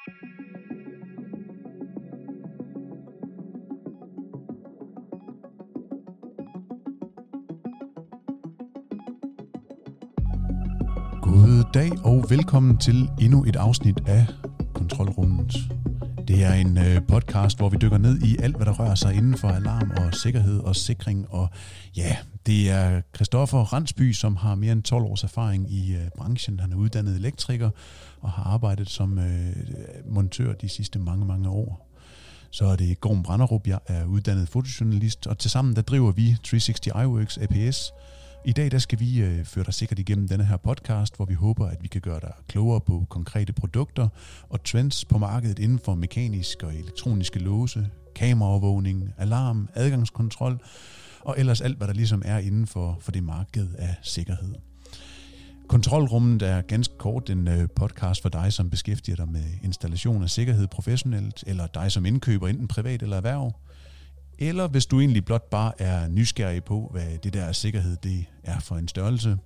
God dag og velkommen til endnu et afsnit af Kontrolrummet. Det er en podcast, hvor vi dykker ned i alt, hvad der rører sig inden for alarm og sikkerhed og sikring. Og ja, det er Christoffer Randsby, som har mere end 12 års erfaring i branchen. Han er uddannet elektriker og har arbejdet som montør de sidste mange år. Så er det Gorm Branderup, jeg er uddannet fotojournalist, og tilsammen der driver vi 360 iWorks APS. I dag der skal vi føre dig sikkert igennem denne her podcast, hvor vi håber, at vi kan gøre dig klogere på konkrete produkter og trends på markedet inden for mekanisk og elektroniske låse, kameraovervågning, alarm, adgangskontrol og ellers alt, hvad der ligesom er inden for det marked af sikkerhed. Kontrolrummet er ganske kort en podcast for dig, som beskæftiger dig med installation af sikkerhed professionelt, eller dig som indkøber enten privat eller erhverv. Eller hvis du egentlig blot bare er nysgerrig på, hvad det der sikkerhed det er for en størrelse.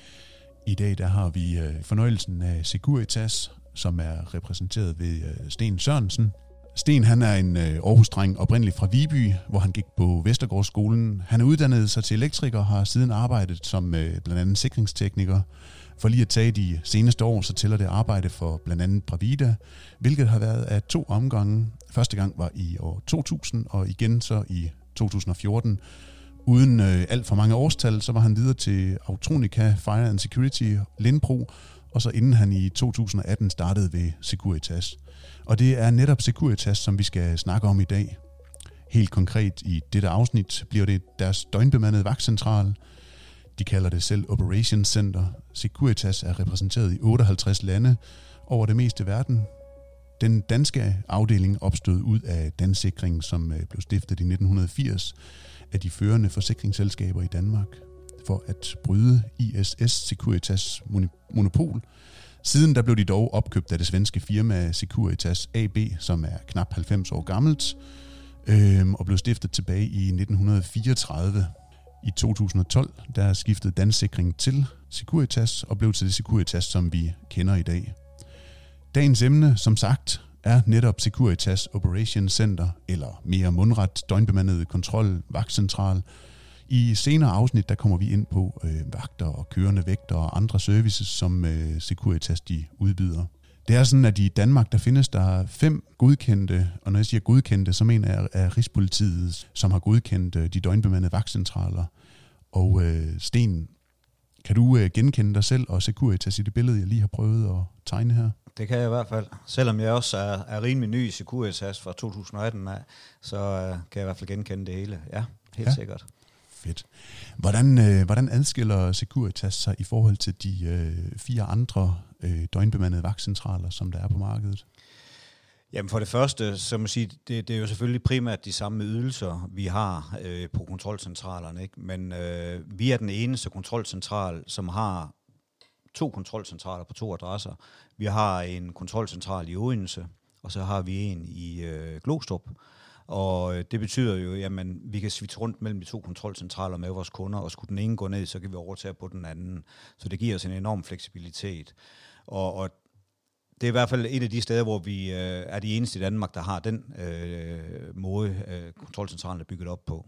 I dag der har vi fornøjelsen af Securitas, som er repræsenteret ved Sten Sørensen. Sten han er en Aarhus-dreng oprindeligt fra Viby, hvor han gik på Vestergårdsskolen. Han er uddannet sig til elektriker og har siden arbejdet som blandt andet sikringstekniker. For lige at tage de seneste år, så tæller det arbejde for blandt andet Bravida, hvilket har været af 2 omgange. Første gang var i år 2000, og igen så i 2014. Uden alt for mange årstal, så var han videre til Autronica Fire and Security Lindbro, og så inden han i 2018 startede ved Securitas. Og det er netop Securitas, som vi skal snakke om i dag. Helt konkret i dette afsnit bliver det deres døgnbemandede vagtcentral. De kalder det selv Operations Center. Securitas er repræsenteret i 58 lande over det meste verden. Den danske afdeling opstod ud af Dansikring, som blev stiftet i 1980 af de førende forsikringsselskaber i Danmark for at bryde ISS Securitas monopol. Siden der blev de dog opkøbt af det svenske firma Securitas AB, som er knap 90 år gammelt, og blev stiftet tilbage i 1934. I 2012 der skiftede Dansikring til Securitas og blev til det Securitas, som vi kender i dag. Dagens emne, som sagt, er netop Securitas Operations Center, eller mere mundret døgnbemandet kontrol vagtcentral. I senere afsnit der kommer vi ind på vagter og kørende vægter og andre services, som Securitas de udbyder. Det er sådan, at i Danmark der findes der 5 godkendte, og når jeg siger godkendte, så mener jeg af Rigspolitiet, som har godkendt de døgnbemandede vagtcentraler. Og Sten, kan du genkende dig selv og Securitas i det billede, jeg lige har prøvet at tegne her? Det kan jeg i hvert fald. Selvom jeg også er rimelig ny i Securitas fra 2018 af, så kan jeg i hvert fald genkende det hele. Ja, helt sikkert. Fedt. Hvordan adskiller Securitas sig i forhold til de 4 andre døgnbemandede vagtcentraler, som der er på markedet? Jamen for det første, så må sige, det er jo selvfølgelig primært de samme ydelser, vi har på kontrolcentralerne, ikke? Men vi er den eneste kontrolcentral, som har 2 kontrolcentraler på 2 adresser. Vi har en kontrolcentral i Odense, og så har vi en i Glostrup. Og det betyder jo, at vi kan switche rundt mellem de 2 kontrolcentraler med vores kunder, og skulle den ene gå ned, så kan vi overtage på den anden. Så det giver os en enorm fleksibilitet. Og det er i hvert fald et af de steder, hvor vi er de eneste i Danmark, der har den måde, kontrolcentralen er bygget op på.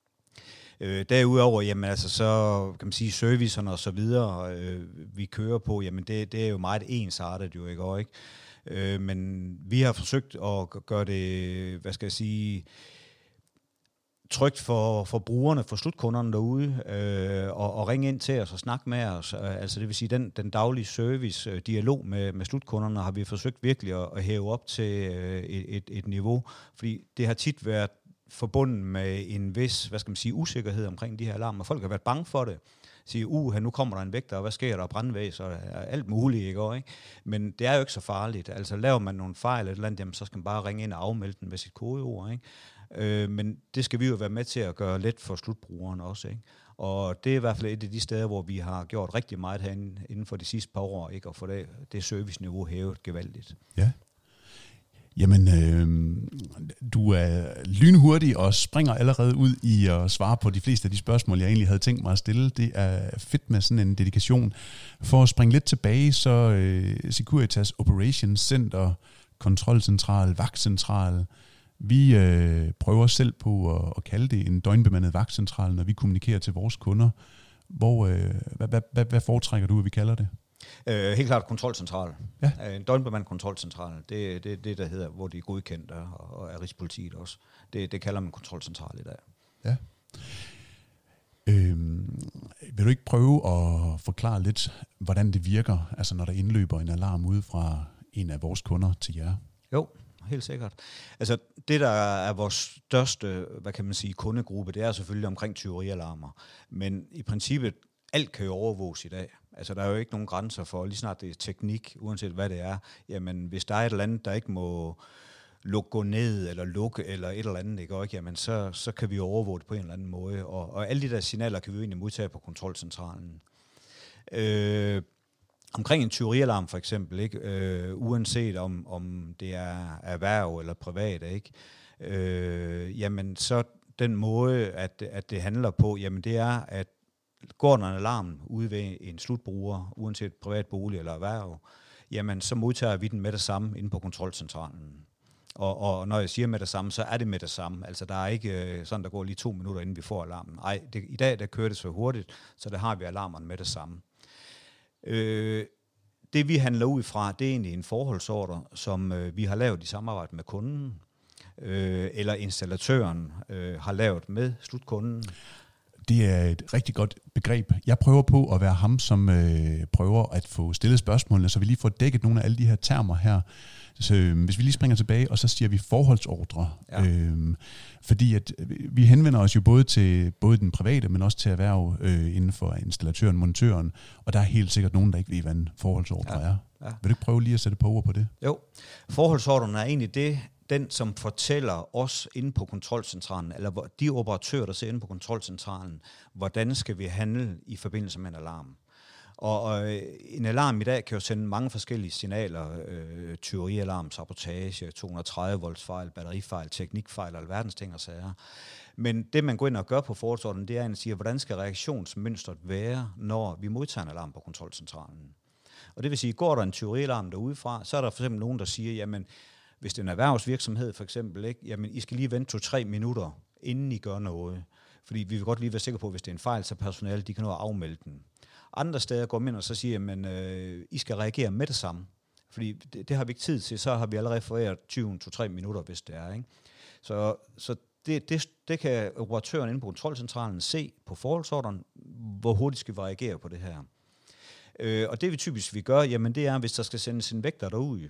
Derudover, så kan man sige, servicerne og så videre, vi kører på, det er jo meget ensartet jo, ikke? Men vi har forsøgt at gøre det, trygt for brugerne, for slutkunderne derude, og ringe ind til os og snakke med os. Altså det vil sige, den daglige service, dialog med slutkunderne, har vi forsøgt virkelig at hæve op til et niveau, fordi det har tit været forbundet med en vis, usikkerhed omkring de her alarmer. Folk har været bange for det. Sige, nu kommer der en vægter, og hvad sker der? Brandvæs og alt muligt, ikke? Men det er jo ikke så farligt. Altså laver man nogle fejl eller andet, jamen, så skal man bare ringe ind og afmelde den ved sit kodeord, ikke? Men det skal vi jo være med til at gøre let for slutbrugeren også, ikke? Og det er i hvert fald et af de steder, hvor vi har gjort rigtig meget herinde inden for de sidste par år, ikke? Og for det serviceniveau hævet gevaldigt. Ja. Jamen, du er lynhurtig og springer allerede ud i at svare på de fleste af de spørgsmål, jeg egentlig havde tænkt mig at stille. Det er fedt med sådan en dedikation. For at springe lidt tilbage, så Securitas Operations Center kontrolcentral, vagtcentral. Vi prøver selv på at kalde det en døgnbemandet vagtcentral, når vi kommunikerer til vores kunder. Hvad foretrækker du, at vi kalder det? Helt klart kontrolcentral. Ja. En døgnbemandet kontrolcentral. Det der hedder, hvor de er godkendt og er Rigspolitiet også. Det kalder man kontrolcentral i dag. Ja. Vil du ikke prøve at forklare lidt, hvordan det virker, altså når der indløber en alarm ud fra en af vores kunder til jer? Jo, helt sikkert. Altså det, der er vores største, kundegruppe, det er selvfølgelig omkring tyverialarmer. Men i princippet, alt kan jo overvåges i dag. Altså der er jo ikke nogen grænser for, lige snart det er teknik, uanset hvad det er. Jamen hvis der er et eller andet, der ikke må gå ned eller lukke eller et eller andet, ikke? Jamen så kan vi overvåge det på en eller anden måde. Og alle de der signaler kan vi jo egentlig modtage på kontrolcentralen. Omkring en tyverialarm for eksempel, ikke? Uanset om det er erhverv eller privat, ikke? Jamen så den måde, at det handler på, jamen det er, at går der en alarm ude ved en slutbruger, uanset privat bolig eller erhverv, jamen så modtager vi den med det samme inde på kontrolcentralen. Og når jeg siger med det samme, så er det med det samme. Altså der er ikke sådan, der går lige 2 minutter, inden vi får alarmen. Nej, i dag der kører det så hurtigt, så der har vi alarmerne med det samme. Det vi handler ud fra, det er egentlig en forholdsordre, som vi har lavet i samarbejde med kunden, eller installatøren har lavet med slutkunden. Det er et rigtig godt begreb. Jeg prøver på at være ham, som prøver at få stillet spørgsmålene, så vi lige får dækket nogle af alle de her termer her. Så hvis vi lige springer tilbage, og så siger vi forholdsordre. Ja. Fordi at vi henvender os jo både til den private, men også til erhverv inden for installatøren, montøren, og der er helt sikkert nogen, der ikke ved, hvad en forholdsordre er. Ja. Vil du ikke prøve lige at sætte på ord på det? Jo. Forholdsordren er egentlig den, som fortæller os inde på kontrolcentralen, eller de operatører, der ser inde på kontrolcentralen, hvordan skal vi handle i forbindelse med en alarm. Og en alarm i dag kan jo sende mange forskellige signaler, tyverialarm, sabotage, 230 volts fejl, batterifejl, teknikfejl, alverdens ting og sager. Men det, man går ind og gør på forholdsordenen, det er at sige, hvordan skal reaktionsmønstret være, når vi modtager en alarm på kontrolcentralen. Og det vil sige, går der en tyverialarm derudefra, så er der for eksempel nogen, der siger, jamen, hvis det er en erhvervsvirksomhed for eksempel, ikke, jamen, I skal lige vente 2-3 minutter, inden I gør noget. Fordi vi vil godt lige være sikre på, at hvis det er en fejl, så personale, de kan nå at afmelde den. Andre steder går man ind og så siger, at I skal reagere med det samme. Fordi det har vi ikke tid til, så har vi allerede foræret 20-3 minutter, hvis det er. Ikke? Så det kan operatøren inde på kontrolcentralen se på forholdsordren, hvor hurtigt skal vi reagere på det her. Og det vi typisk vil gøre, jamen det er, hvis der skal sendes en vægter derud,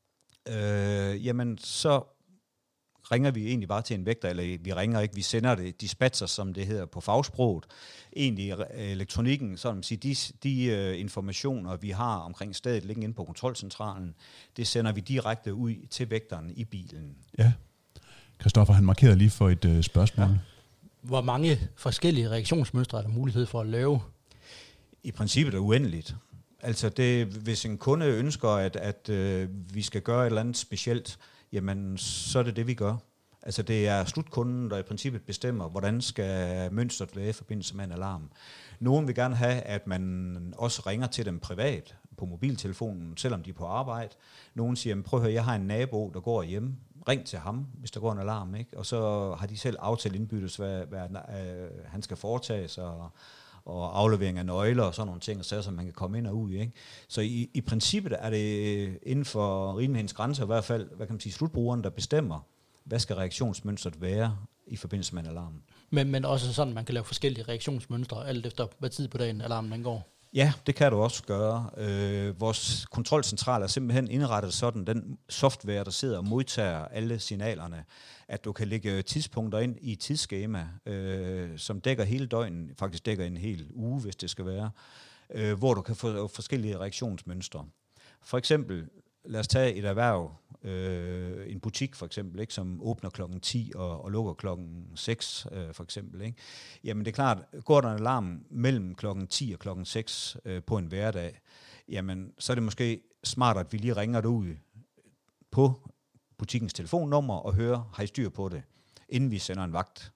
jamen så ringer vi egentlig bare til en vægter, eller vi ringer ikke, vi sender det dispatcher, som det hedder på fagsproget. Egentlig elektronikken, så at sige, de informationer, vi har omkring stedet liggende inde på kontrolcentralen, det sender vi direkte ud til vægteren i bilen. Ja. Christoffer, han markerede lige for et spørgsmål. Ja. Hvor mange forskellige reaktionsmønstre er der mulighed for at lave? I princippet er uendeligt. Altså hvis en kunde ønsker, at vi skal gøre et eller andet specielt, jamen så er det vi gør. Altså det er slutkunden, der i princippet bestemmer, hvordan skal mønstret være i forbindelse med en alarm. Nogen vil gerne have, at man også ringer til dem privat på mobiltelefonen, selvom de er på arbejde. Nogen siger, prøv at høre, jeg har en nabo, der går hjemme. Ring til ham, hvis der går en alarm. Ikke? Og så har de selv aftalt indbyttes, hvad han skal foretage sig, og aflevering af nøgler og sådan nogle ting, så man kan komme ind og ud. Ikke? Så i princippet er det inden for rimelighedens grænser, i hvert fald, slutbrugeren, der bestemmer, hvad skal reaktionsmønstret være i forbindelse med en alarm. Men også sådan, man kan lave forskellige reaktionsmønstre, alt efter hvad tid på dagen alarmen den går. Ja, det kan du også gøre. Vores kontrolcentral er simpelthen indrettet sådan, den software, der sidder og modtager alle signalerne, at du kan lægge tidspunkter ind i et tidsskema, som dækker hele døgnet, faktisk dækker en hel uge, hvis det skal være, hvor du kan få forskellige reaktionsmønstre. For eksempel, lad os tage et erhverv, en butik for eksempel, ikke, som åbner klokken 10 og lukker klokken 6 for eksempel. Ikke? Jamen det er klart, går der en alarm mellem klokken 10 og klokken 6 på en hverdag, jamen så er det måske smart, at vi lige ringer derud på butikkens telefonnummer og hører, har I styr på det, inden vi sender en vagt.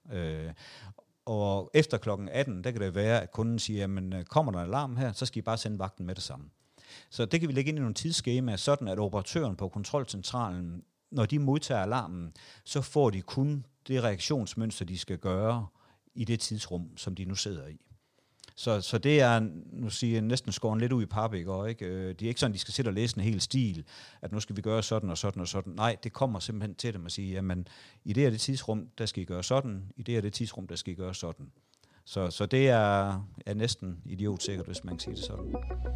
Og efter klokken 18, der kan det være, at kunden siger, jamen kommer der en alarm her, så skal I bare sende vagten med det samme. Så det kan vi lægge ind i nogle tidsskemaer, sådan at operatøren på kontrolcentralen, når de modtager alarmen, så får de kun det reaktionsmønster, de skal gøre i det tidsrum, som de nu sidder i. Så det er, nu siger jeg, næsten skåren lidt ud i pap, ikke? Det er ikke sådan, de skal sidde og læse en hel stil, at nu skal vi gøre sådan og sådan og sådan. Nej, det kommer simpelthen til dem at sige, jamen, i det her det tidsrum, der skal I gøre sådan, i det her det tidsrum, der skal I gøre sådan. Så det er næsten idiotsikkert, hvis man kan sige det sådan.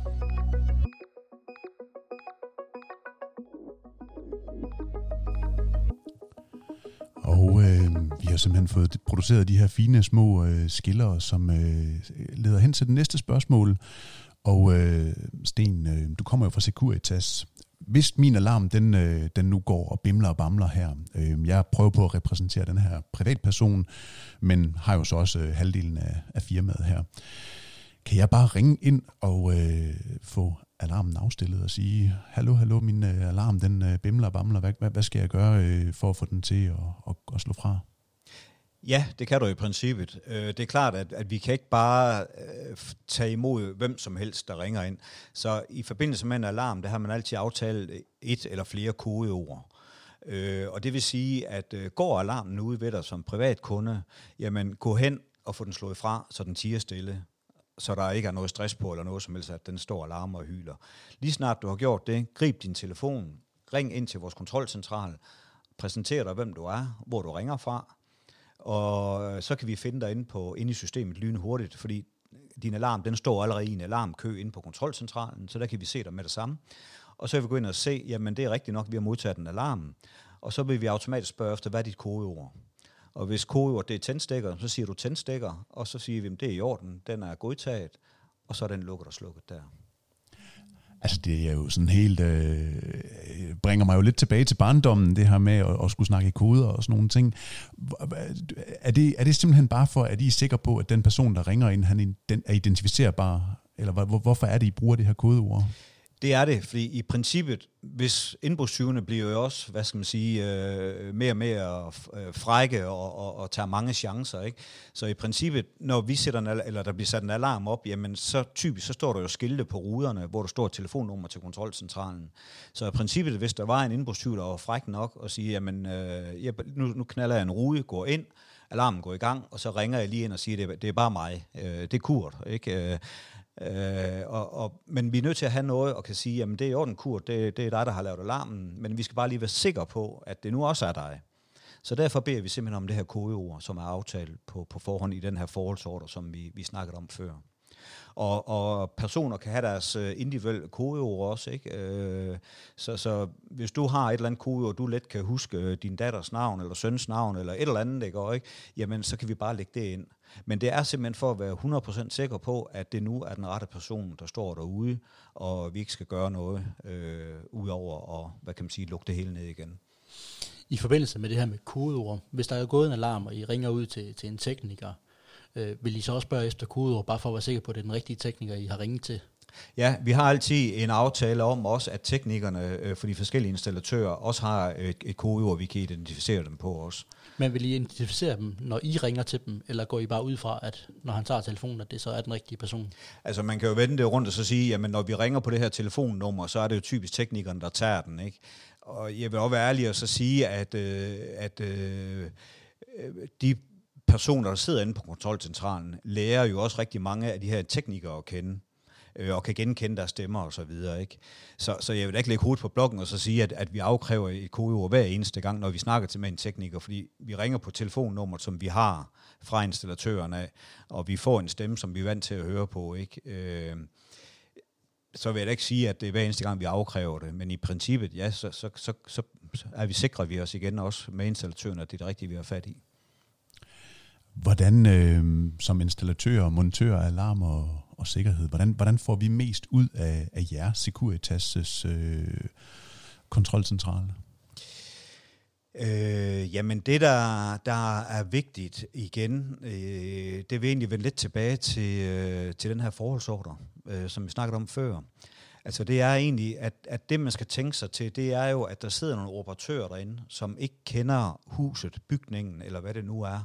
Og vi har simpelthen fået produceret de her fine små skiller, som leder hen til det næste spørgsmål. Og Sten, du kommer jo fra Securitas. Hvis min alarm den nu går og bimler og bamler her, jeg prøver på at repræsentere den her privatperson, men har jo så også halvdelen af firmaet her. Kan jeg bare ringe ind og få alarmen afstillet og sige, hallo, min alarm den bimler og bamler, hvad skal jeg gøre for at få den til at slå fra? Ja, det kan du i princippet. Det er klart, at vi kan ikke bare tage imod hvem som helst, der ringer ind. Så i forbindelse med en alarm, der har man altid aftalt et eller flere kodeord. Og det vil sige, at går alarmen ude ved dig som privatkunde, jamen gå hen og få den slået fra, så den tiger stille, så der ikke er noget stress på eller noget som helst, at den står og larmer og hyler. Lige snart du har gjort det, grib din telefon, ring ind til vores kontrolcentral, præsenter dig, hvem du er, hvor du ringer fra, og så kan vi finde dig inde i systemet lynhurtigt, fordi din alarm, den står allerede i en alarmkø inde på kontrolcentralen, så der kan vi se dig med det samme. Og så vil vi gå ind og se, jamen det er rigtigt nok, vi har modtaget en alarm, og så vil vi automatisk spørge efter, hvad er dit kodeord? Og hvis kodeord det er tændstikker, så siger du tændstikker, og så siger vi, at det er i orden, den er godtaget, og så er den lukket og slukket der. Altså det er jo sådan helt, bringer mig jo lidt tilbage til barndommen, det her med at skulle snakke i koder og sådan nogle ting. Er det simpelthen bare for, at I er sikre på, at den person, der ringer ind, den er identificerbar? Eller hvorfor er det, I bruger det her kodeord? Det er det, fordi i princippet, hvis indbrudstyvene bliver jo også, hvad skal man sige, mere og mere frække og tager mange chancer, ikke? Så i princippet, når vi eller der bliver sat en alarm op, jamen så typisk så står der jo skilte på ruderne, hvor der står et telefonnummer til kontrolcentralen. Så i princippet, hvis der var en indbrudstyv, der var fræk nok og siger, jamen nu knalder jeg en rude, går ind, alarmen går i gang, og så ringer jeg lige ind og siger, det er bare mig, det er Kurt, ikke? Men vi er nødt til at have noget og kan sige, jamen det er i orden, Kurt, det er dig, der har lavet alarmen, men vi skal bare lige være sikre på, at det nu også er dig. Så derfor beder vi simpelthen om det her kodeord, som er aftalt på forhånd i den her forholdsorder, som vi snakkede om før. Og personer kan have deres individuelle kodeord også, ikke? Så hvis du har et eller andet kodeord, du let kan huske din datters navn, eller søns navn, eller et eller andet, ikke? Jamen, så kan vi bare lægge det ind. Men det er simpelthen for at være 100% sikker på, at det nu er den rette person, der står derude, og vi ikke skal gøre noget udover og, hvad kan man sige, lukke det hele ned igen. I forbindelse med det her med kodeord, hvis der er gået en alarm, og I ringer ud til en tekniker, vil I så også spørge efter kodeord, bare for at være sikker på, at det er den rigtige tekniker, I har ringet til? Ja, vi har altid en aftale om også, at teknikerne for de forskellige installatører også har et kodeord, vi kan identificere dem på også. Men vil I identificere dem, når I ringer til dem, eller går I bare ud fra, at når han tager telefonen, at det så er den rigtige person? Altså man kan jo vende det rundt og så sige, jamen når vi ringer på det her telefonnummer, så er det jo typisk teknikerne, der tager den, ikke? Og jeg vil også være ærlig og så sige, at de personer, der sidder inde på kontrolcentralen, lærer jo også rigtig mange af de her teknikere at kende, og kan genkende deres stemmer og så videre, ikke? Så jeg vil ikke lægge hovedet på blokken og så sige, at vi afkræver et kodeord hver eneste gang, når vi snakker med en tekniker, fordi vi ringer på telefonnummer, som vi har fra installatøren af, og vi får en stemme, som vi er vant til at høre på, ikke? Så vil jeg da ikke sige, at det er hver eneste gang, vi afkræver det, men i princippet, ja, så er vi sikre vi os igen også med installatøren, at det er det rigtige, vi har fat i. Hvordan som installatør og montør af alarm og sikkerhed, hvordan får vi mest ud af jeres Securitas' kontrolcentrale? Jamen det, der er vigtigt igen, det vil egentlig vende lidt tilbage til den her forholdsorder, som vi snakkede om før. Altså det er egentlig, at det man skal tænke sig til, det er jo, at der sidder nogle operatører derinde, som ikke kender huset, bygningen eller hvad det nu er.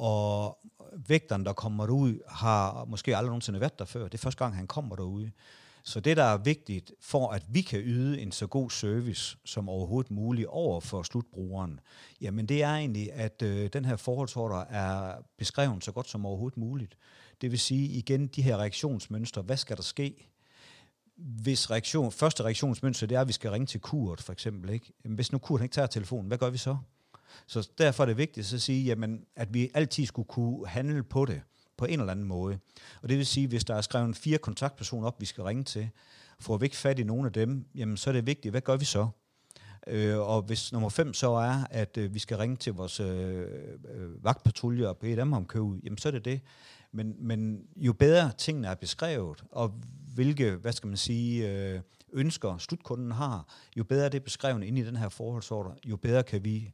Og vægteren, der kommer derud, har måske aldrig nogensinde været der før. Det er første gang, han kommer derude. Så det, der er vigtigt for, at vi kan yde en så god service som overhovedet muligt over for slutbrugeren, jamen det er egentlig, at den her forholdsorder er beskrevet så godt som overhovedet muligt. Det vil sige igen, de her reaktionsmønstre, hvad skal der ske? Hvis første reaktionsmønster, det er, at vi skal ringe til Kurt, for eksempel. Ikke? Hvis nu Kurt ikke tager telefonen, hvad gør vi så? Så derfor er det vigtigt at sige, jamen, at vi altid skulle kunne handle på det, på en eller anden måde. Og det vil sige, hvis der er skrevet 4 kontaktpersoner op, vi skal ringe til, får vi ikke fat i nogen af dem, jamen så er det vigtigt, hvad gør vi så? Og hvis nummer 5 så er, at vi skal ringe til vores vagtpatruljer og bede dem om kø ud, jamen så er det det. Men jo bedre tingene er beskrevet, og hvilke, ønsker slutkunden har, jo bedre det er beskrevet inde i den her forholdsorder, jo bedre kan vi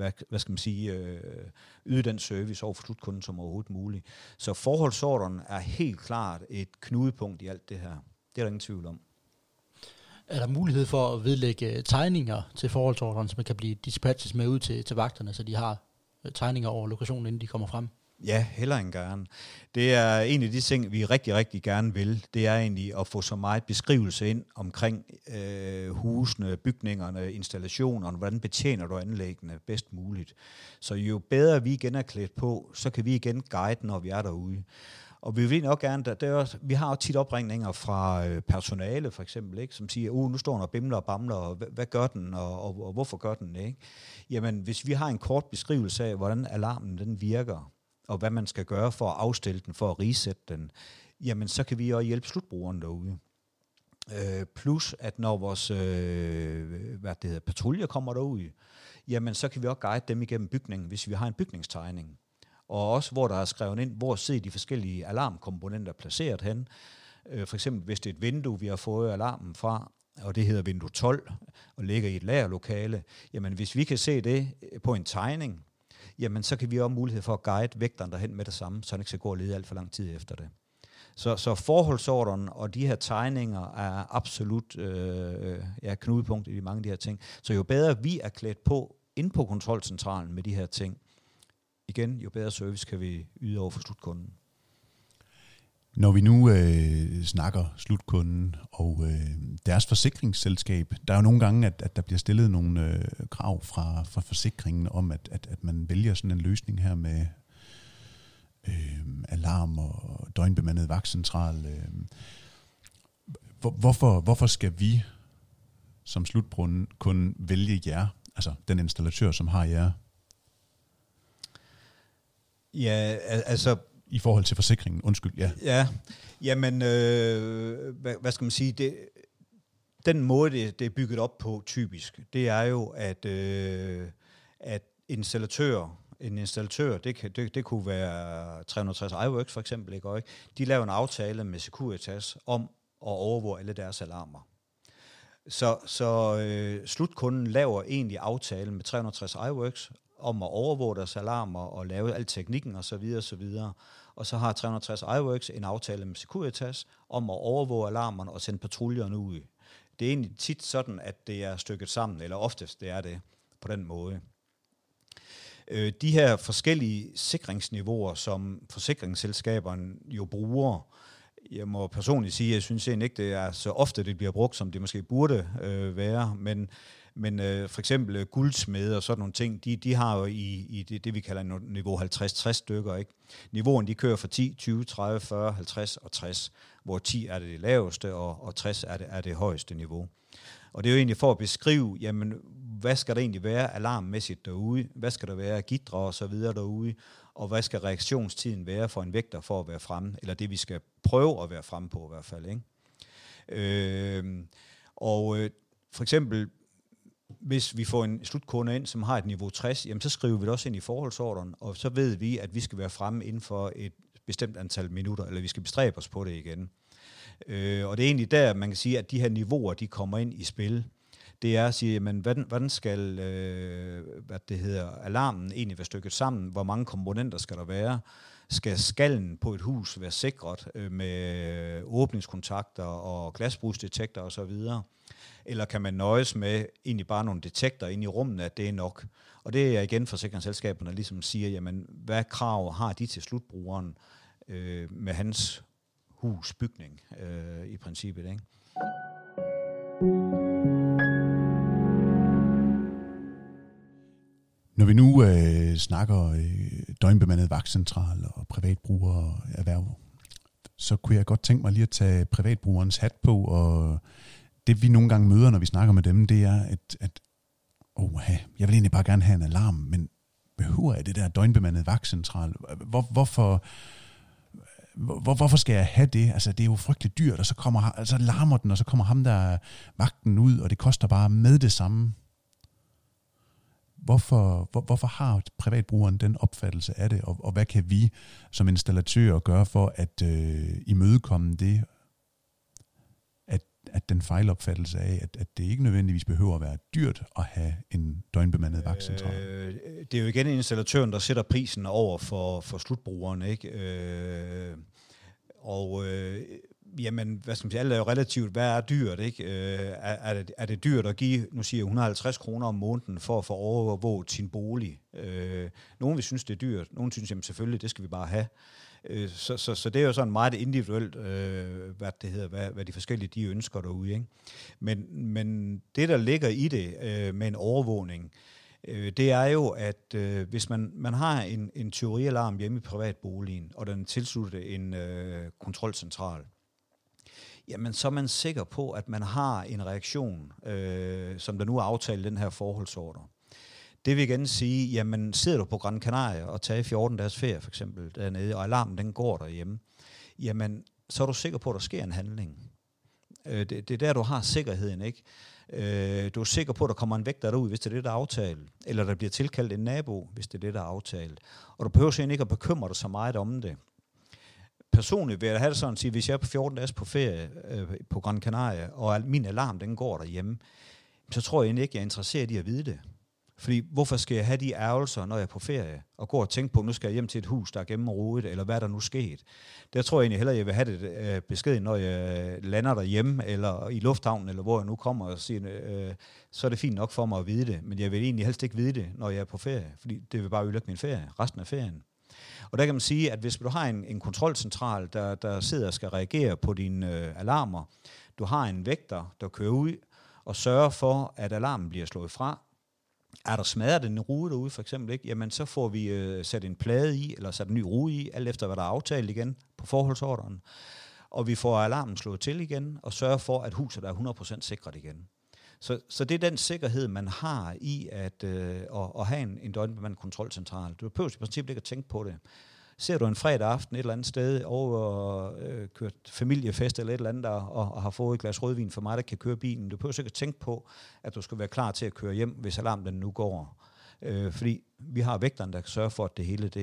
yde den service over for slutkunden som overhovedet muligt. Så forholdsorderen er helt klart et knudepunkt i alt det her. Det er der ingen tvivl om. Er der mulighed for at vedlægge tegninger til forholdsorderen, så man kan blive dispatches med ud til vagterne, så de har tegninger over lokationen, inden de kommer frem? Ja, heller end gerne. Det er en af de ting, vi rigtig, rigtig gerne vil. Det er egentlig at få så meget beskrivelse ind omkring husene, bygningerne, installationerne, hvordan betjener du anlæggene bedst muligt. Så jo bedre vi igen er klædt på, så kan vi igen guide, når vi er derude. Og vi vil nok gerne, vi har jo tit opringninger fra personale for eksempel, ikke, som siger, nu står den og bimler og bamler, og hvad gør den, og hvorfor gør den ikke? Jamen, hvis vi har en kort beskrivelse af, hvordan alarmen den virker, og hvad man skal gøre for at afstille den, for at resette den, jamen så kan vi også hjælpe slutbrugeren derude. Plus at når vores patruljer kommer derud, jamen så kan vi også guide dem igennem bygningen, hvis vi har en bygningstegning. Og også hvor der er skrevet ind, hvor sidder de forskellige alarmkomponenter placeret hen. For eksempel hvis det er et vindue, vi har fået alarmen fra, og det hedder vindue 12, og ligger i et lagerlokale, jamen hvis vi kan se det på en tegning, jamen så kan vi også have mulighed for at guide vægteren derhen med det samme, så han ikke skal gå og lede alt for lang tid efter det. Så forholdsordenen og de her tegninger er absolut knudepunkt i mange af de her ting. Så jo bedre vi er klædt på inde på kontrolcentralen med de her ting, igen, jo bedre service kan vi yde over for slutkunden. Når vi nu snakker slutkunden og deres forsikringsselskab, der er jo nogle gange, at der bliver stillet nogle krav fra forsikringen om, at man vælger sådan en løsning her med alarm og døgnbemandet vagtcentral. Hvorfor skal vi som slutkunde vælge jer, altså den installatør, som har jer? Ja, altså i forhold til forsikringen, undskyld, ja. Ja, jamen, hvad skal man sige, den måde, det er bygget op på typisk, det er jo, at en installatør, det kunne være 360 iWorks for eksempel, ikke? De laver en aftale med Securitas om at overvåge alle deres alarmer. Så slutkunden laver egentlig aftale med 360 iWorks om at overvåge deres alarmer og lave al teknikken osv. Og så har 360 iWorks en aftale med Securitas om at overvåge alarmerne og sende patruljerne ud. Det er egentlig tit sådan, at det er stykket sammen, eller oftest det er det på den måde. De her forskellige sikringsniveauer, som forsikringsselskaberne jo bruger, jeg må personligt sige, at jeg synes egentlig ikke, det er så ofte, det bliver brugt, som det måske burde være, men for eksempel guldsmede og sådan nogle ting, de har jo i det vi kalder niveau 50-60 stykker, ikke? Niveauerne, de kører fra 10, 20, 30, 40, 50 og 60, hvor 10 er det laveste, og 60 er det højeste niveau. Og det er jo egentlig for at beskrive, jamen, hvad skal der egentlig være alarmmæssigt derude, hvad skal der være gitre og så videre derude, og hvad skal reaktionstiden være for en vægter for at være fremme, eller det vi skal prøve at være fremme på i hvert fald, ikke? For eksempel, hvis vi får en slutkunde ind, som har et niveau 60, jamen så skriver vi det også ind i forholdsorderen, og så ved vi, at vi skal være fremme inden for et bestemt antal minutter, eller vi skal bestræbe os på det igen. Og det er egentlig der, man kan sige, at de her niveauer, de kommer ind i spil. Det er at sige, men hvordan skal alarmen egentlig være stykket sammen? Hvor mange komponenter skal der være? Skal skallen på et hus være sikret med åbningskontakter og glasbrugsdetektorer osv.? Eller kan man nøjes med egentlig bare nogle detektorer ind i rummene, at det er nok? Og det er igen forsikringsselskaberne, der ligesom siger, jamen, hvad krav har de til slutbrugeren med hans husbygning i princippet, ikke? Når vi nu snakker døgnbemandet vagtcentral og privatbrugere og erhverv, så kunne jeg godt tænke mig lige at tage privatbrugerens hat på, og det vi nogle gange møder, når vi snakker med dem, det er, at jeg vil egentlig bare gerne have en alarm, men behøver jeg det der døgnbemandet vagtcentral? Hvorfor skal jeg have det? Altså, det er jo frygteligt dyrt, og så larmer den, og så kommer ham der vagten ud, og det koster bare med det samme. Hvorfor har privatbrugeren den opfattelse af det, og hvad kan vi som installatører gøre for at imødekomme det, at den fejlopfattelse af, at det ikke nødvendigvis behøver at være dyrt at have en døgnbemandet vagtcentral? Det er jo igen installatøren, der sætter prisen over for slutbrugeren, ikke? Jamen, hvad skal man sige, alt er jo relativt, hvad er dyrt, ikke? Er det dyrt at give, nu siger jeg 150 kroner om måneden for at få overvåget sin bolig? Nogle vil synes, det er dyrt, nogle synes, jamen selvfølgelig, det skal vi bare have. Så det er jo sådan meget individuelt, hvad de forskellige de ønsker derude, ikke? Men det, der ligger i det med en overvågning, det er jo, at hvis man har en tyverialarm hjemme i privatboligen, og den tilslutter en kontrolcentral, jamen så er man sikker på, at man har en reaktion, som der nu er aftalt den her forholdsordre. Det vil igen sige, jamen sidder du på Gran Canaria og tager 14 dages ferie for eksempel dernede, og alarmen den går derhjemme, jamen så er du sikker på, at der sker en handling. Det er der, du har sikkerheden, ikke? Du er sikker på, at der kommer en vægter derud, hvis det er det, der er aftalt. Eller der bliver tilkaldt en nabo, hvis det er det, der er aftalt. Og du behøver simpelthen ikke at bekymre dig så meget om det. Personligt vil jeg have det sådan at sige, hvis jeg er på 14 dages på ferie på Gran Canaria, og min alarm den går derhjemme, så tror jeg egentlig ikke, jeg er interesseret i at vide det. Fordi hvorfor skal jeg have de ærgelser, når jeg er på ferie, og gå og tænke på, nu skal jeg hjem til et hus, der er gennemrodet, eller hvad der nu sket. Der tror jeg egentlig hellere, jeg vil have det beskeden, når jeg lander derhjemme, eller i lufthavnen, eller hvor jeg nu kommer, og siger, så er det fint nok for mig at vide det, men jeg vil egentlig helst ikke vide det, når jeg er på ferie, fordi det vil bare ødelægge min ferie, resten af ferien. Og der kan man sige, at hvis du har en kontrolcentral, der sidder og skal reagere på dine alarmer, du har en vægter, der kører ud og sørger for, at alarmen bliver slået fra. Er der smadret en rude derude for eksempel, ikke? Jamen så får vi sat en plade i, eller sat en ny rude i, alt efter hvad der er aftalt igen på forholdsordren. Og vi får alarmen slået til igen, og sørger for, at huset er 100% sikret igen. Så det er den sikkerhed, man har i at have en døgnbemandet kontrolcentral. Du behøver i princippet ikke at tænke på det. Ser du en fredag aften et eller andet sted over kørt familiefest eller et eller andet, og har fået et glas rødvin for mig, der kan køre bilen, du behøver ikke at tænke på, at du skal være klar til at køre hjem, hvis alarmen den nu går. Fordi vi har vægteren, der kan sørge for, at det hele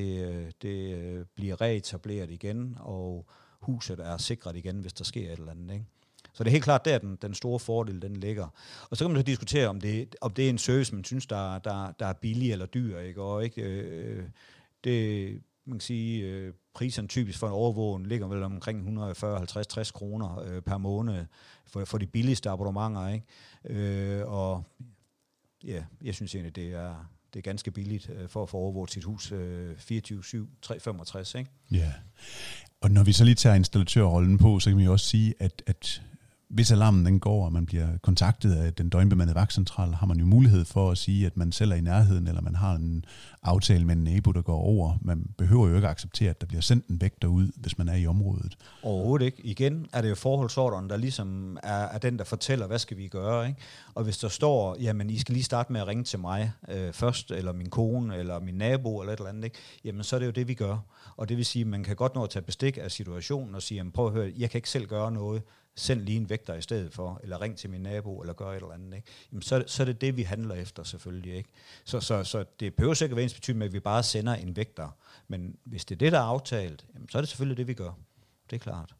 det bliver reetableret igen, og huset er sikret igen, hvis der sker et eller andet, ikke? Så det er helt klart, der den store fordel, den ligger. Og så kan man så diskutere, om det er en service, man synes, der er billig eller dyr, ikke? Og ikke det, man kan sige, priserne typisk for en overvågning ligger vel omkring 140, 50, 60 kroner per måned for de billigste abonnementer, ikke? Og ja, jeg synes egentlig, det er ganske billigt for at få overvåget sit hus 24/7, 365, ikke? Ja, og når vi så lige tager installatørrollen på, så kan vi også sige, at hvis alarmen den går, og man bliver kontaktet af den døgnbemandede vagtcentral, har man jo mulighed for at sige, at man selv er i nærheden, eller man har en aftale med en nabo, der går over. Man behøver jo ikke at acceptere, at der bliver sendt en vægter ud, hvis man er i området. Overhovedet ikke. Igen er det jo forholdsordren, der ligesom er den, der fortæller, hvad skal vi gøre, ikke? Og hvis der står, jamen I skal lige starte med at ringe til mig først, eller min kone, eller min nabo, eller et eller andet, ikke? Jamen så er det jo det, vi gør. Og det vil sige, at man kan godt nå at tage bestik af situationen og sige, jamen prøv at høre, jeg kan ikke selv gøre noget. Send lige en vægter i stedet for, eller ring til min nabo, eller gør et eller andet, ikke? Jamen, så er det vi handler efter, selvfølgelig, ikke? Så det behøver sikkert være ensbetydende med, at vi bare sender en vægter. Men hvis det er det, der er aftalt, jamen, så er det selvfølgelig det, vi gør. Det er klart.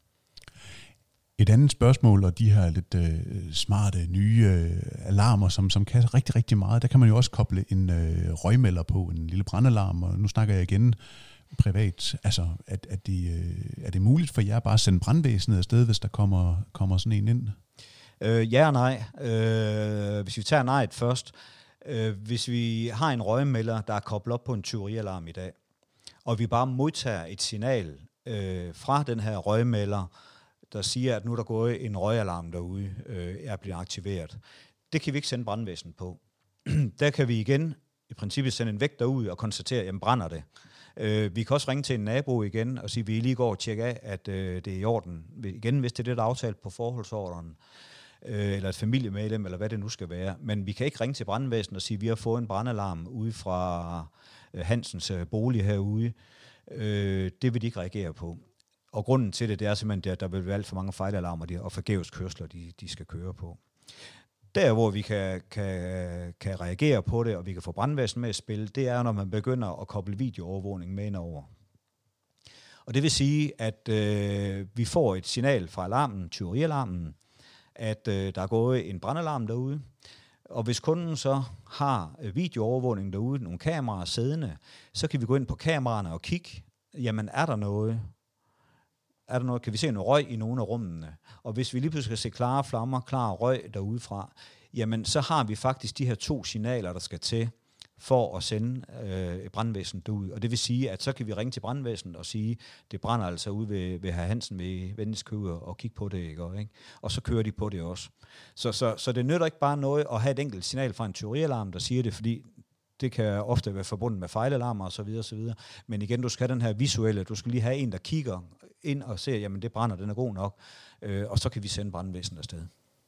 Et andet spørgsmål, og de her lidt smarte nye alarmer, som kan rigtig, rigtig meget, der kan man jo også koble en røgmelder på, en lille brandalarm, og nu snakker jeg igen privat. Altså, er det muligt for jer bare at sende brandvæsenet afsted, hvis der kommer sådan en ind? Ja og nej. Hvis vi tager nejet først. Hvis vi har en røgmelder, der er koblet op på en tyverialarm i dag, og vi bare modtager et signal fra den her røgmelder der siger, at nu er der gået en røgalarm derude, er blevet aktiveret. Det kan vi ikke sende brandvæsenet på. Der kan vi igen i princippet sende en vægter ud og konstatere, jamen brænder det. Vi kan også ringe til en nabo igen og sige, at vi lige går og tjekker af, at det er i orden. Igen, hvis det er det, der er aftalt på forholdsordenen, eller et familiemedlem, eller hvad det nu skal være. Men vi kan ikke ringe til brandvæsenet og sige, at vi har fået en brandalarm ude fra Hansens bolig herude. Det vil de ikke reagere på. Og grunden til det er simpelthen, at der vil være alt for mange fejlalarmer og forgæves kørsler, de skal køre på. Der, hvor vi kan reagere på det, og vi kan få brandvæsenet med at spille, det er, når man begynder at koble videoovervågning med indover. Og det vil sige, at vi får et signal fra alarmen, tyverialarmen, at der er gået en brandalarm derude. Og hvis kunden så har videoovervågning derude, nogle kameraer siddende, så kan vi gå ind på kameraerne og kigge, jamen er der noget? Kan vi se noget røg i nogle af rummene? Og hvis vi lige pludselig skal se klare flammer, klare røg derudefra, jamen så har vi faktisk de her 2 signaler, der skal til for at sende brandvæsenet derud. Og det vil sige, at så kan vi ringe til brandvæsenet og sige, det brænder altså ude ved herr Hansen ved Vendelskø og kigge på det, ikke? Og så kører de på det også. Så det nytter ikke bare noget at have et enkelt signal fra en tyverialarm, der siger det, fordi det kan ofte være forbundet med fejlalarmer osv. Men igen, du skal have den her visuelle, du skal lige have en, der kigger ind og ser, jamen det brænder, den er god nok, og så kan vi sende brandvæsenet afsted.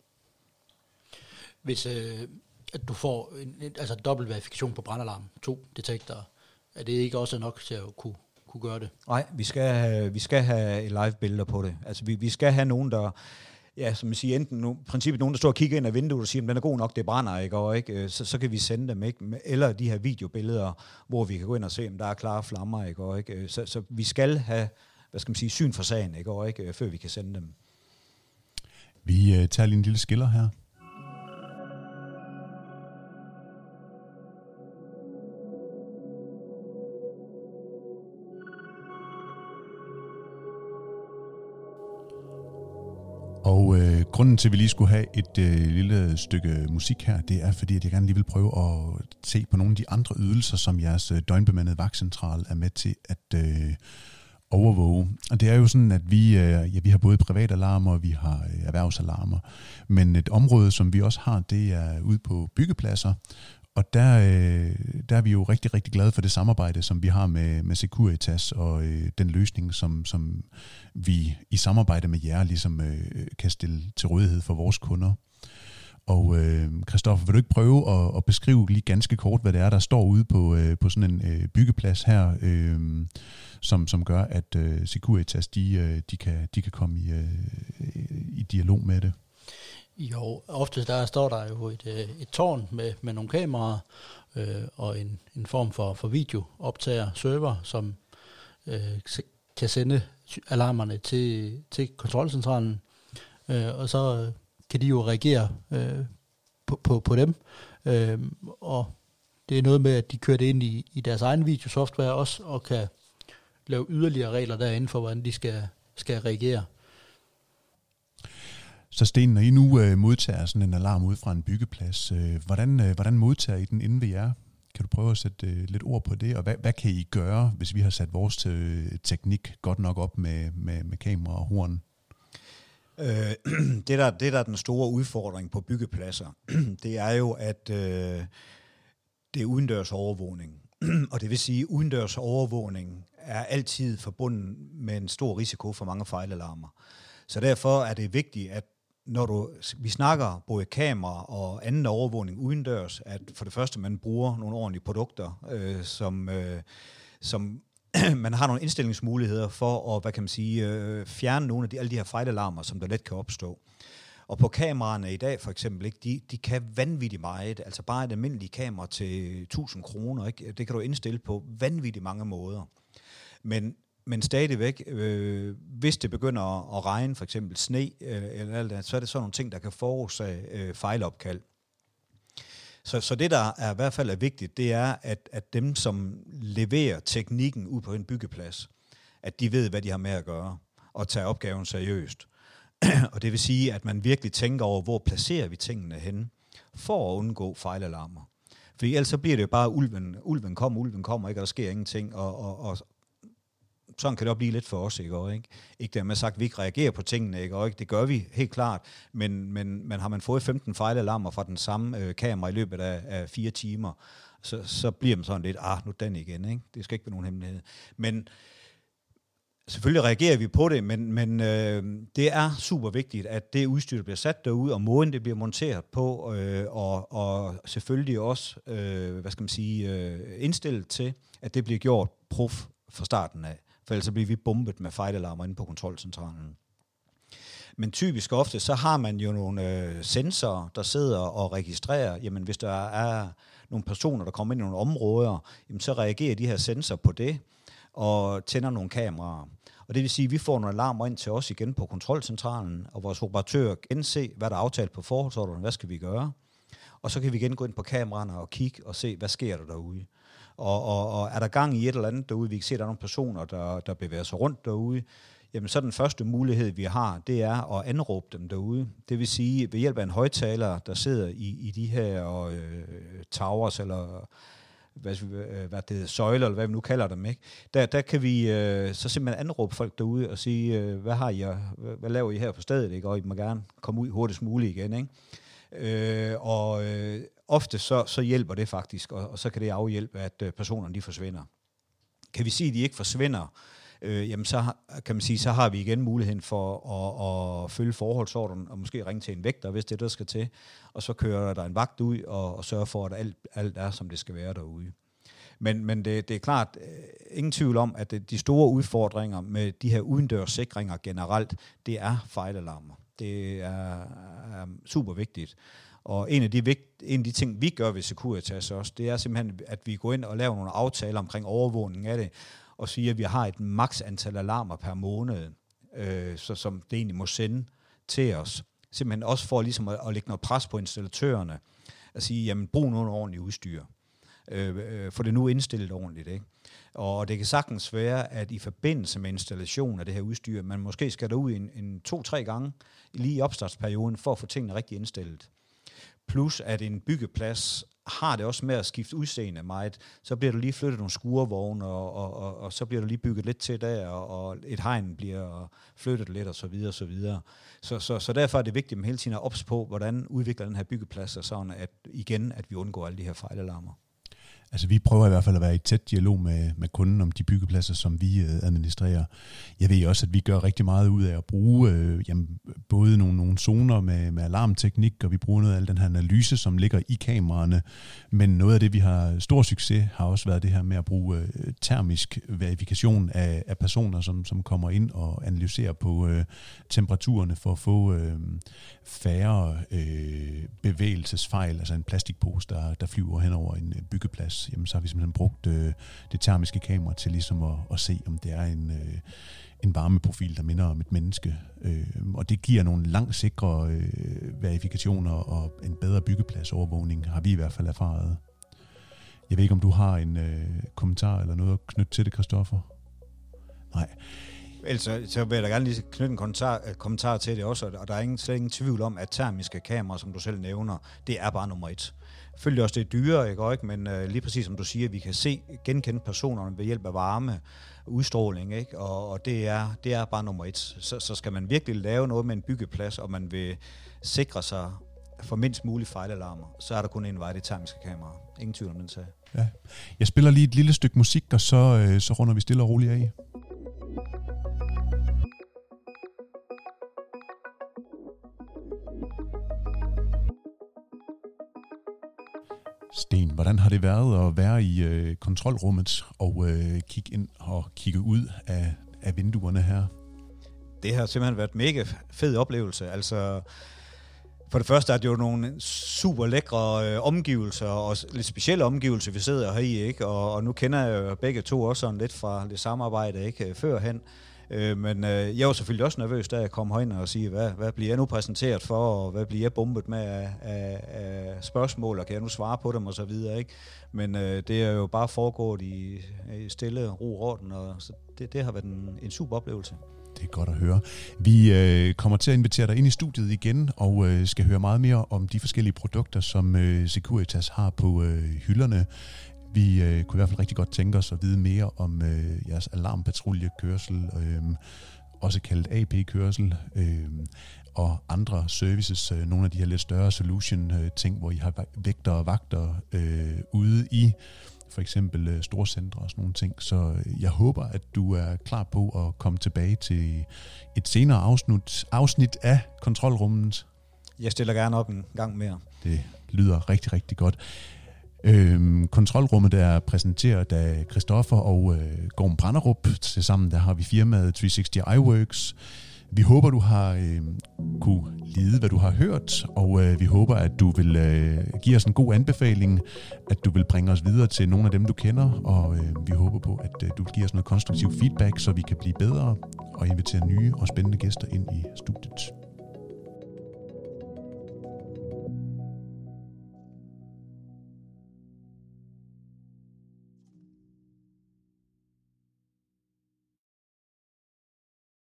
Hvis at du får en dobbelt verifikation på brandalarm, 2 detektorer, er det ikke også nok til at kunne gøre det? Nej, vi skal have live billeder på det. Altså vi skal have nogen, der, ja, som jeg siger, enten princippet nogen, der står og kigger ind ad vinduet og siger, at den er god nok, det brænder, ikke? Og ikke? Så kan vi sende dem, ikke? Eller de her videobilleder, hvor vi kan gå ind og se, om der er klare flammer, ikke? Og ikke? Så vi skal have, syn for sagen, ikke? Og ikke? Før vi kan sende dem. Vi tager lige en lille skiller her. Og grunden til, at vi lige skulle have et lille stykke musik her, det er fordi, at jeg gerne lige vil prøve at se på nogle af de andre ydelser, som jeres døgnbemandede vagtcentral er med til at overvåge. Og det er jo sådan, at vi har både privatalarmer og vi har erhvervsalarmer. Men et område, som vi også har, det er ude på byggepladser. Og der er vi jo rigtig, rigtig glade for det samarbejde, som vi har med Securitas og den løsning, som vi i samarbejde med jer ligesom kan stille til rådighed for vores kunder. Og Christoffer, vil du ikke prøve at beskrive lige ganske kort, hvad det er, der står ude på sådan en byggeplads her, som gør, at Securitas de kan komme i dialog med det? Jo, ofte der står der jo et tårn med nogle kameraer og en form for videooptager server, som kan sende alarmerne til kontrolcentralen, og så kan de jo reagere på dem, og det er noget med, at de kører det ind i deres egen videosoftware også, og kan lave yderligere regler derinde for, hvordan de skal reagere. Så Sten, når I nu modtager sådan en alarm ud fra en byggeplads, hvordan modtager I den inde ved jer? Kan du prøve at sætte lidt ord på det? Og hvad kan I gøre, hvis vi har sat vores teknik godt nok op med kamera og horn? Det der er den store udfordring på byggepladser, det er jo, at det er udendørs overvågning. Og det vil sige, at udendørs overvågning er altid forbundet med en stor risiko for mange fejlalarmer. Så derfor er det vigtigt, at når vi snakker både kamera og anden overvågning udendørs, at for det første man bruger nogle ordentlige produkter, som man har nogle indstillingsmuligheder for at, fjerne nogle af alle de her fejlalarmer, som der let kan opstå. Og på kameraerne i dag for eksempel, ikke, de kan vanvittigt meget. Altså bare et almindeligt kamera til 1000 kroner, ikke? Det kan du indstille på vanvittigt mange måder. Men stadigvæk, hvis det begynder at regne, for eksempel sne, eller alt det, så er det sådan nogle ting, der kan forårsage fejlopkald. Så det, der er i hvert fald er vigtigt, det er, at dem, som leverer teknikken ud på en byggeplads, at de ved, hvad de har med at gøre, og tager opgaven seriøst. Og det vil sige, at man virkelig tænker over, hvor placerer vi tingene henne, for at undgå fejlalarmer. Fordi ellers så bliver det jo bare, ulven kommer, ikke, og der sker ingenting, og sådan kan det også blive lidt for os, ikke? Ikke dermed sagt, at vi ikke reagerer på tingene, ikke? Det gør vi helt klart, men har man fået 15 fejlalarmer fra den samme kamera i løbet af 4 timer, så bliver man sådan lidt, nu den igen, ikke? Det skal ikke være nogen hemmelighed. Men selvfølgelig reagerer vi på det, men det er super vigtigt, at det udstyr, der bliver sat derude, og måden det bliver monteret på, og selvfølgelig også, indstillet til, at det bliver gjort prof fra starten af. For ellers så bliver vi bombet med fejlalarmer inde på kontrolcentralen. Men typisk ofte, så har man jo nogle sensorer, der sidder og registrerer, jamen hvis der er nogle personer, der kommer ind i nogle områder, jamen så reagerer de her sensorer på det, og tænder nogle kameraer. Og det vil sige, at vi får nogle alarmer ind til os igen på kontrolcentralen, og vores operatør gense, hvad der er aftalt på forholdsordenen, hvad skal vi gøre? Og så kan vi igen gå ind på kameraerne og kigge og se, hvad sker der derude. Og er der gang i et eller andet derude, vi kan se, at der er nogle personer, der bevæger sig rundt derude, jamen så den første mulighed, vi har, det er at anråbe dem derude. Det vil sige, ved hjælp af en højtaler, der sidder i de her towers, eller hvad det søjler, eller hvad vi nu kalder dem, ikke? Der kan vi så simpelthen anråbe folk derude og sige, hvad laver I her på stedet, ikke? Og I må gerne komme ud hurtigst muligt igen, ikke? Ofte så hjælper det faktisk, og så kan det afhjælpe, at personerne de forsvinder. Kan vi sige, at de ikke forsvinder, jamen så kan man sige, så har vi igen muligheden for at følge forholdsordenen og måske ringe til en vægter, hvis det der skal til, og så kører der en vagt ud og sørger for, at alt er, som det skal være derude. Men det er klart, ingen tvivl om, at de store udfordringer med de her udendørs sikringer generelt, det er fejlalarmer. Det er super vigtigt. Og en af de ting, vi gør ved Securitas også, det er simpelthen, at vi går ind og laver nogle aftaler omkring overvågning af det, og siger, at vi har et maks antal alarmer per måned, som det egentlig må sende til os. Simpelthen også for ligesom at lægge noget pres på installatørerne, at sige, jamen brug noget ordentligt udstyr. For det er nu indstillet ordentligt, ikke? Og det kan sagtens være, at i forbindelse med installation af det her udstyr, man måske skal derud en 2-3 gange lige i opstartsperioden, for at få tingene rigtig indstillet. Plus at en byggeplads har det også med at skifte udseende meget, så bliver der lige flyttet nogle skurvogne, og så bliver der lige bygget lidt til der, og et hegn bliver flyttet lidt, og så videre, og så videre. Så derfor er det vigtigt, at man hele tiden er ops på, hvordan udvikler den her byggeplads, og sådan at vi undgår alle de her fejlalarmer. Altså vi prøver i hvert fald at være i tæt dialog med kunden om de byggepladser, som vi administrerer. Jeg ved også, at vi gør rigtig meget ud af at bruge både nogle zoner med alarmteknik, og vi bruger noget af al den her analyse, som ligger i kameraerne. Men noget af det, vi har stor succes, har også været det her med at bruge termisk verifikation af personer, som kommer ind og analyserer på temperaturerne for at få færre bevægelsesfejl, altså en plastikpose, der flyver hen over en byggeplads. Jamen, så har vi simpelthen brugt det termiske kamera til ligesom at se, om det er en varmeprofil, der minder om et menneske. Og det giver nogle langt sikre verifikationer og en bedre byggepladsovervågning, har vi i hvert fald erfaret. Jeg ved ikke, om du har en kommentar eller noget at knytte til det, Christoffer? Nej. Ellers så vil jeg da gerne lige knytte en kommentar til det også, og der er slet ingen tvivl om, at termiske kameraer, som du selv nævner, det er bare nummer 1. Selvfølgelig også det er dyre, ikke? Men lige præcis som du siger, vi kan genkende personerne ved hjælp af varme, udstråling, ikke? Og det er bare nummer 1. Så skal man virkelig lave noget med en byggeplads, og man vil sikre sig for mindst mulige fejlalarmer, så er der kun en vej, det termiske kamera. Ingen tvivl om den sag. Ja. Jeg spiller lige et lille stykke musik, og så runder vi stille og roligt af. Sten, hvordan har det været at være i kontrolrummet og kigge ind og kigge ud af vinduerne her? Det har simpelthen været en mega fed oplevelse. Altså, for det første er det jo nogle super lækre omgivelser, og lidt specielle omgivelser, vi sidder her i, ikke? Og nu kender jeg jo begge to også sådan lidt fra det samarbejde, ikke? Førhen. Men jeg var selvfølgelig også nervøs, da jeg kom herind og sige, hvad bliver jeg nu præsenteret for, og hvad bliver jeg bombet med af spørgsmål, og kan jeg nu svare på dem og så videre, ikke? Men det er jo bare foregået i stille ro og orden, og så det har været en super oplevelse. Det er godt at høre. Vi kommer til at invitere dig ind i studiet igen, og skal høre meget mere om de forskellige produkter, som Securitas har på hylderne. Vi kunne i hvert fald rigtig godt tænke os at vide mere om jeres alarmpatruljekørsel, også kaldet AP-kørsel, og andre services, nogle af de her lidt større solution-ting, hvor I har vægter og vagter ude i for eksempel storcentre og sådan nogle ting. Så jeg håber, at du er klar på at komme tilbage til et senere afsnit af Kontrolrummet. Jeg stiller gerne op en gang mere. Det lyder rigtig, rigtig godt. Kontrolrummet er præsenteret af Christoffer og Gorm Branderup. Tilsammen der har vi firmaet 360 iWorks. Vi håber, du har kunne lide, hvad du har hørt, og vi håber, at du vil give os en god anbefaling, at du vil bringe os videre til nogle af dem, du kender, og vi håber på, at du vil give os noget konstruktiv feedback, så vi kan blive bedre og invitere nye og spændende gæster ind i studiet.